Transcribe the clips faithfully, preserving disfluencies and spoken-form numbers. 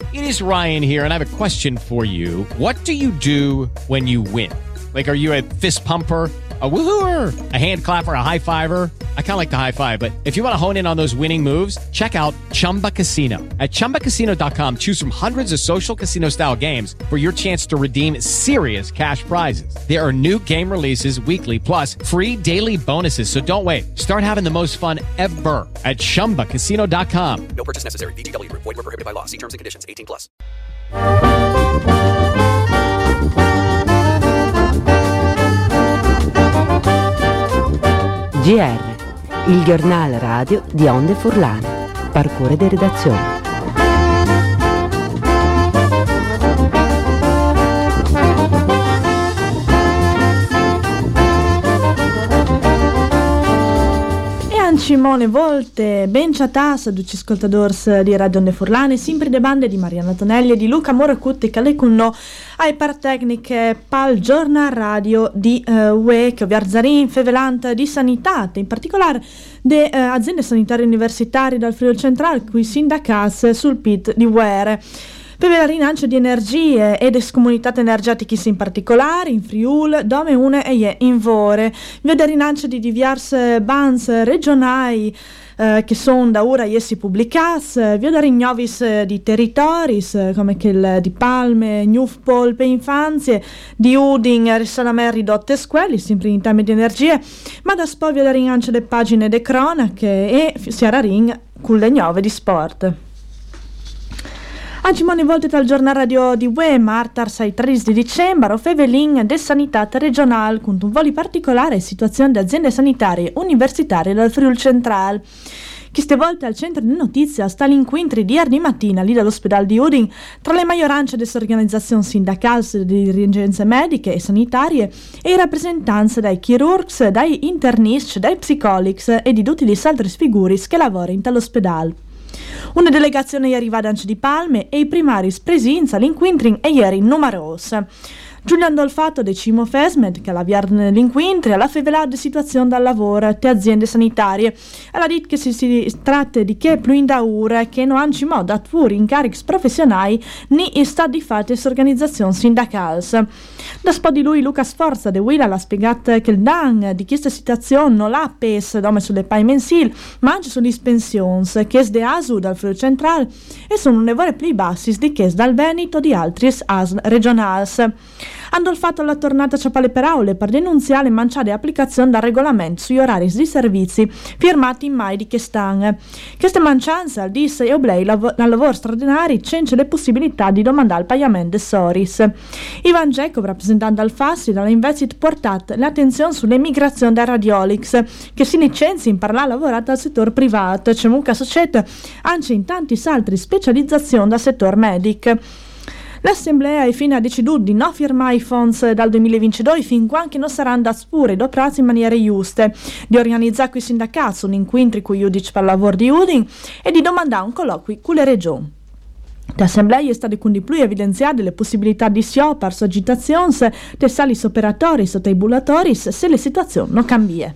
It is Ryan here, and I have a question for you. What do you do when you win? Like, are you a fist pumper, a woohooer, a hand clapper, a high fiver? I kind of like the high five, but if you want to hone in on those winning moves, check out Chumba Casino. At chumba casino dot com, choose from hundreds of social casino style games for your chance to redeem serious cash prizes. There are new game releases weekly, plus free daily bonuses. So don't wait. Start having the most fun ever at chumba casino dot com. No purchase necessary. V G W Group. Void where prohibited by law. See terms and conditions. eighteen plus. G R, il giornale radio di Onde Furlane. Parcure di redazione. Simone Volte, ben chatas, duci ascoltadors di Radio Onde Furlane, sempre de bande di Mariana Tonelli e di Luca Moracutti che le cunno ai partecniche pal giornal radio di uh, U E che ovviarzarin fevelant di sanità, in particolare de uh, aziende sanitarie universitarie dal Friuli Centrale, cui sindacats sul P I T di U E R E. Per la rinaccia di energie ed escomunitate energetiche in particolare in Friul, dove une e in Vore, vede rinaccia di diverse bans regionali eh, che sono da ora essi pubblicati, vede rinnovis di territori come quel di Palme, Newpol per infanzie, di Udin, Rissalame ridotte squelli, sempre in tema di energie, ma da poi vede rinaccia le pagine de cronache e si era ring con le nuove di sport. Oggi moni volte dal giornale radio di U E, Martar sei tredici di dicembre, Fevelin de Sanità regionale, con un voli particolare e situazione di aziende sanitarie universitarie del Friuli Centrale. Queste volte al centro di notizia sta l'incontro di ieri mattina lì dall'ospedale di Udin tra le maggioranze delle organizzazioni sindacali di dirigenze mediche e sanitarie e i rappresentanze dai chirurgi, dai internisti, dai psicologi e di tutti gli altri figuri che lavorano all'ospedale. Una delegazione ieri va anche di Palme e i primari presenza all'incontro e ieri numerosa. Giuliano Dolfato decimo Fesmed che all'avviare l'incontro alla fevelata situazione dal lavoro te aziende sanitarie alla dit che si, si tratta di che più in daura che non hanno modo a pure incarichi professionali né in stato di fatti e organizzazioni sindacali. Da spo di lui Luca Sforza de Willa l'ha spiegato che il D A N di questa situazione non l'ha pes come sulle pay mensili ma anche sulle pensioni che es de A S U dal Friuli Centrale e sono un lavoro più bassi di che es dal Veneto di altri A S L regionali. Hanno fatto la tornata Ciapale per Aule per denunziare manciare applicazione del regolamento sugli orari di servizi firmati in mai di quest'anno. Queste mancianze al D I S e oblei lav- al lavoro straordinari c'è le possibilità di domandare il pagamento dei soris. Ivan Jacob, rappresentante al Fassi, ha invece portato l'attenzione sull'emigrazione dai radiolix che si licenzi in parlare lavorata al settore privato, c'è munca società anche in tanti altri specializzazioni dal settore medico. L'Assemblea ai fine ha deciduto di non firmare i fondi dal duemilaventidue fin quando non saranno da spure doprati in maniera giusta, di organizzare qui sindacati un incontro con i giudici per il lavoro di Udin e di domandare un colloquio con le regioni. L'Assemblea è stata quindi più evidenziate le possibilità di sciopero, agitazioni, dei sali operatori o tabulatori se le situazioni non cambiano.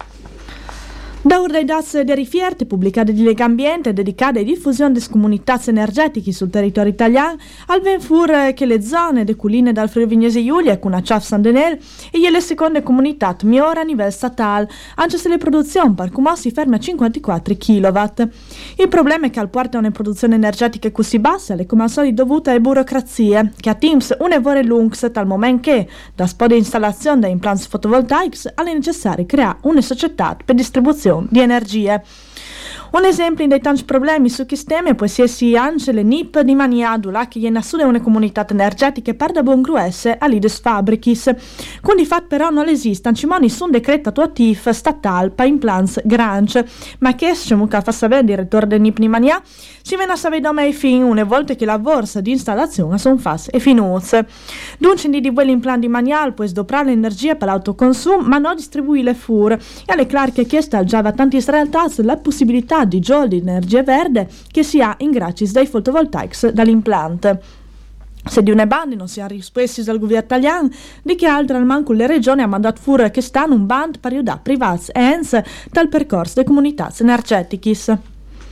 Da ora dei dati di rifierte pubblicate di Legambiente dedicate a diffusione delle comunità energetiche sul territorio italiano, al venfur che le zone de colline dal Friuli Vignese Giulia con una Ciaf San Denel e le seconde comunità migliore a livello statale, anche se le produzioni per come si ferma a cinquantaquattro chilowatt. Il problema è che al porto una produzione energetica così bassa è come al solito dovuta alle burocrazie, che a Teams un evore lungs tal momento che, da spo di installazione dei impianti fotovoltaici, è necessario creare una società per distribuzione di energie. Un esempio dei tanti problemi su questo tema può essere anche le N I P di Maniadula che viene assunta una comunità energetica per da buon gruesse a Lides Fabricis. Con di fatto però non esiste ancimoni su un decreto attuativo statale per implants Grange, ma che se comunque fa sapere il direttore del N I P di Mania si viene a sapere da me fin una volta che la borsa di installazione sono fatte e finute. Dunque di quell'implant di Manial può sdoprare l'energia per l'autoconsumo ma non distribuire fur e alle clarche che sta già da tante realtà la possibilità di gioco di energia verde che si ha in gratis dai fotovoltaics dall'impianto. Se di una band non si è risposti dal governo italiano, di che altra al manco le regioni ha mandato fuori che stanno un band per aiutare privati e ens dal percorso delle comunità energetiche.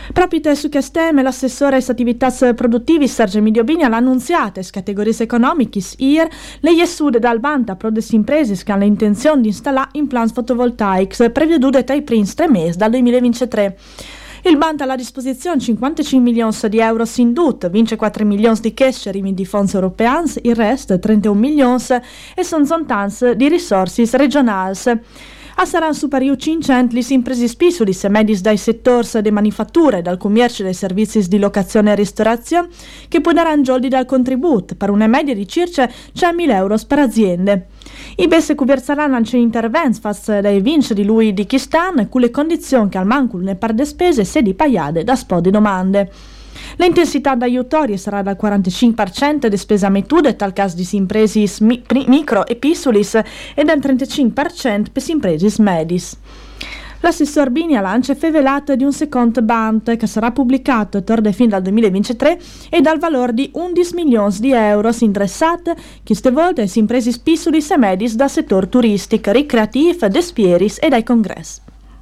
Proprio su questo tema, l'assessore alle attività produttive Sergio Emidio Bini ha annunziato che categorie economiche I R le iesude dal Banta pro des imprese che hanno l'intenzione di installare implants fotovoltaici prevedute tra i primi tre mesi dal duemilaventitré. Il Banta ha a disposizione cinquantacinque milioni di euro in tutto, ventiquattro milioni di cash di fondi europei, il resto trentuno milioni e sono zontanze di risorse regionali. A saranno superiori cinquecento le imprese spiccioli e medis dai settori delle manifatture, dal commercio e dai servizi di locazione e ristorazione, che potranno gioldi dal contributo per una media di circa centomila euro per aziende. I B E S converseranno anche interventi face dai vinci di lui di Chistan, con le condizioni che al manco ne par de spese se di paiade da spo di domande. L'intensità d'aiutorie sarà dal quarantacinque per cento di spesa metude tal caso di imprese micro e pissolis e dal trentacinque per cento per imprese medis. L'assessor Bini lancia fevelata di un secondo band che sarà pubblicato torna fin dal duemilaventitré e dal valore di undici milioni di euro interessate che ste volte a imprese pissolis e medis dal settore turistico, ricreativo, despieris e dai congressi.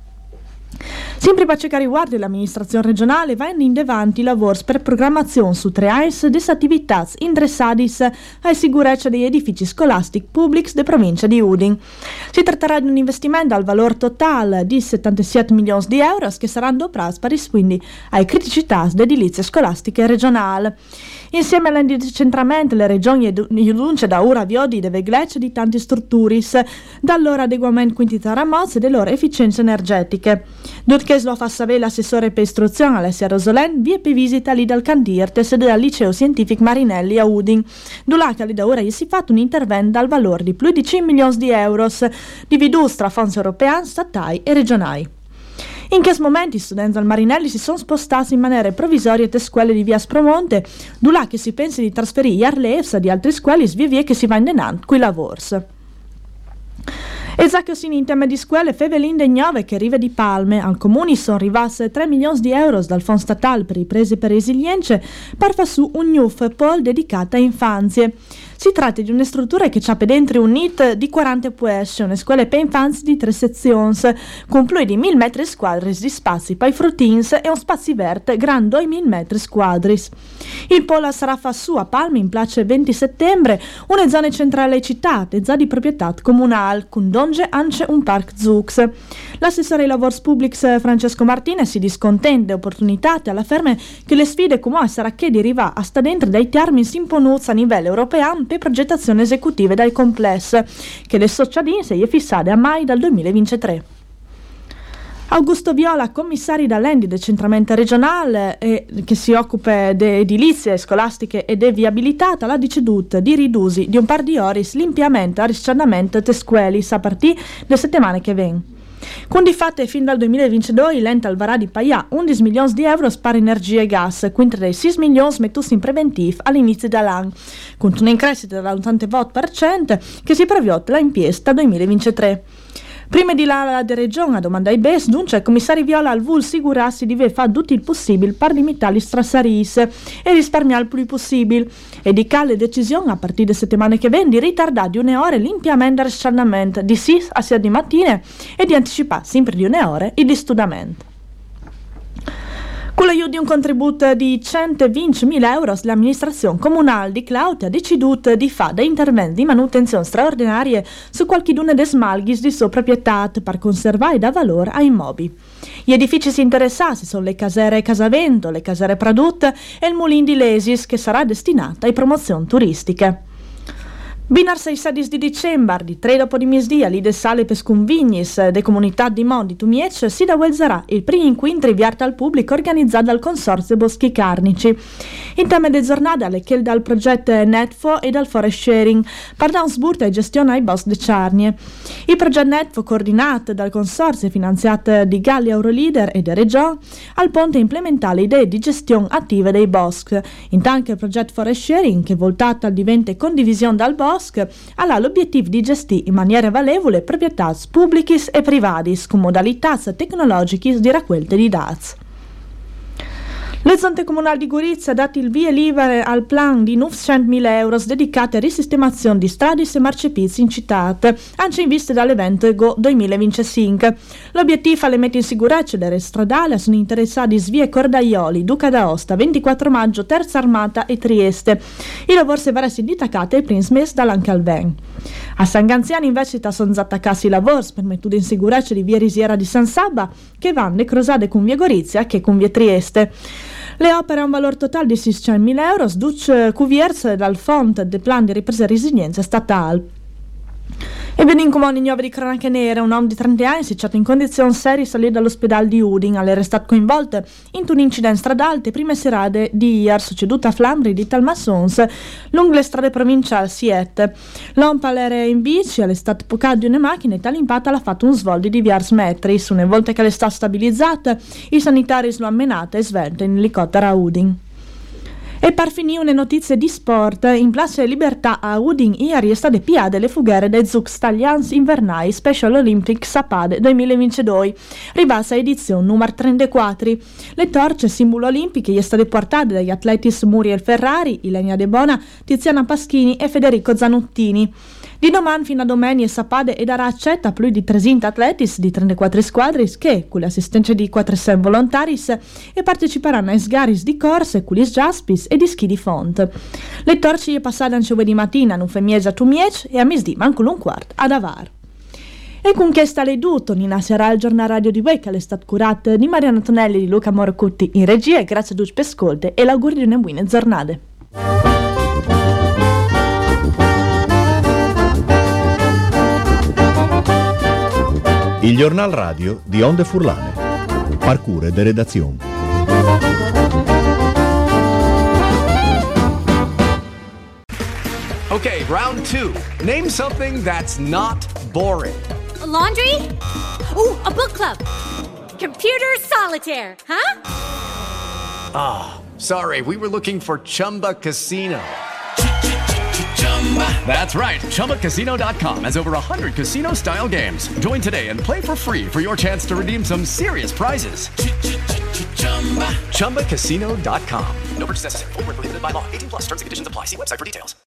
Sempre per ciò che riguarda l'amministrazione regionale, vanno in davanti i lavori per programmazione su tre anni delle attività interessate alla sicurezza degli edifici scolastici pubblici della provincia di Udine. Si tratterà di un investimento al valore totale di settantasette milioni di euro che saranno doprati per rispondere alle criticità dell'edilizia scolastica regionale. Insieme all'indecentramento, le regioni riducono da ora viodi deve glece di tante strutture, dal loro adeguamento quantità ramozze e delle loro efficienze energetiche. Dunque lo fa sapere l'assessore per istruzione Alessia Rosolen, via per visita lì dal Candierte, sede del liceo scientifico Marinelli a Udine. Dulaca lì da ora gli si fa un intervento dal valore di più di cinque milioni di euro, dividuti tra fondi europei, statali e regionali. In questo momento i studenti al Marinelli si sono spostati in maniera provvisoria alle scuole di via Spromonte, là che si pensa di trasferire gli arlevs di altre scuole via via che si va indenando qui lavori. Esatto, in tema di scuole, Fevelin de Gnove che arriva di Palme, al comune sono arrivate tre milioni di euro dal Fondo Statale per riprese per resilienze per fare su un N U F Pol dedicata a infanzie. Si tratta di una struttura che ha per dentro un N I T di quaranta puesce, una scuola per infanzi di tre sezioni, con più di mille metri quadri di spazi per i fruttins e un spazio verde grande duemila metri quadri. Il polo sarà fatto su a Palme in place venti settembre, una zona centrale citata, già di proprietà comunale, con donge anche un park Zux. L'assessore ai lavori pubblici Francesco Martinez si discontende opportunità alla ferme che le sfide come sarà che deriva a sta dentro dai termini imponuti a livello europeo per progettazione esecutive del complesso, che le sociadine si è fissate a mai dal duemilaventitré. Augusto Viola, commissario dall'E N D I decentramento regionale e che si occupa di edilizie scolastiche e di viabilità, l'ha deciduto di ridurre di un par di ore l'impiamento e riscaldamento delle scuole a partire dalle settimane che vengono. Con di fatto fin dal duemilaventidue l'ente alvarà di pagare undici milioni di euro per energia e gas, quindi dei sei milioni mettuti in preventivo all'inizio dell'anno, con un increscita dell'ottantotto per cento che si prevede la impiesta duemilaventitré. Prima di là la regione a domanda ai B E S, dunque il commissario Viola al V U L assicurarsi di aver fatto tutto il possibile per limitare gli strassaris e risparmiare il più possibile e di cale decisione a partire da settimane che vengono di ritardare di une ore l'impiamento e riscaldamento di sei a sei di mattina e di anticipare sempre di une ore il distudamento. Con l'aiuto di un contributo di centoventimila euro, l'amministrazione comunale di Claudia ha deciduto di fare dei interventi di manutenzione straordinarie su qualchiduna dei smalghi di sua proprietà per conservare da valore a immobili. Gli edifici interessati sono le casere Casavento, le casere Pradut e il Mulin di Lesis che sarà destinato a promozioni turistiche. Binar sei sedici di dicembre, di tre dopo di misdia, lì de sale per sconvignis de comunità di Mondi Tumiec si davelzerà il primo incontro inviato al pubblico organizzato dal Consorzio Boschi Carnici. In tema de giornata le che dal progetto Netfo e dal Forest Sharing per dare un sburto e gestione ai boschi de Ciarnie. Il progetto Netfo, coordinato dal Consorzio e finanziato di Galli Euroleader e de Regione, al ponte implementare le idee di gestione attiva dei boschi. Intanto il progetto Forest Sharing, che è voltato al divente condivisione dal bosco, ha l'obiettivo di gestire in maniera valevole proprietà pubbliche e private con modalità tecnologiche di raccolta di dati. Le Zonte Comunali di Gorizia ha dato il via libera al plan di novecentomila euro dedicati a risistemazione di strade e marciapizi in città, anche in vista dall'evento Ego duemilaventicinque. L'obiettivo è le mettere in sicurezza le stradali sono interessati svie Cordaioli, Duca d'Aosta, ventiquattro maggio, Terza Armata e Trieste. I lavori saranno attaccati ai primi mesi dall'Ancalben. A San Ganziani invece sono attaccati i lavori per mettere in sicurezza di via Risiera di San Sabba che vanno crosate con via Gorizia che con via Trieste. Le opere hanno un valore totale di seicentomila euro, duc cuviers dal Fondo del Plan di Ripresa e Resilienza Statale. E ben in comune ignove di cronache nere, un uomo di trenta anni si è in condizioni serie salire dall'ospedale di Udine, è stato coinvolto in un incidente stradale prime serate di ieri succeduta a Flambri di Talmassons lungo le strade provinciali Siete. L'uomo era in bici, è stato pocato di una macchina e tall'impatto ha fatto un svolto di diversi metri. Una volta che è stata stabilizzata, i sanitari lo hanno menata e svelta in elicottero a Udine. E per finire une notizie di sport, in Place Libertà a Udine ieri è state piade le fughere dei Zux Italians Invernai Special Olympic Sapade duemilaventidue, ribassa edizione numero trentaquattro. Le torce simbolo olimpiche sono state portate dagli atleti Muriel Ferrari, Ilenia De Bona, Tiziana Paschini e Federico Zanottini. Di domani fino a domenica Sapade e darà accetta a più di trecento atleti di trentaquattro squadre che, con l'assistenza di quattrocento volontari, e parteciperanno ai sgaris di corse, culis jaspis e di schi di font. Le torce passate anche giovedì mattina, non femiege a Tumiec e a misdì manco un quarto ad Avar. E con questa le tutto, Nina sarà il giornale radio di Wake, che è stato curato di Mariano Tonelli e di Luca Morocutti in regia, e grazie a tutti per ascolto e l'augurio di una buona giornata. Il giornal radio di Onde Furlane. Parcure de redazione. Okay, round two. Name something that's not boring. A laundry? Ooh, a book club. Computer solitaire, huh? Ah, oh, sorry, we were looking for Chumba Casino. That's right. Chumba Casino dot com has over one hundred casino-style games. Join today and play for free for your chance to redeem some serious prizes. Chumba Casino dot com. No purchase necessary. Void where prohibited by law. eighteen plus terms and conditions apply. See website for details.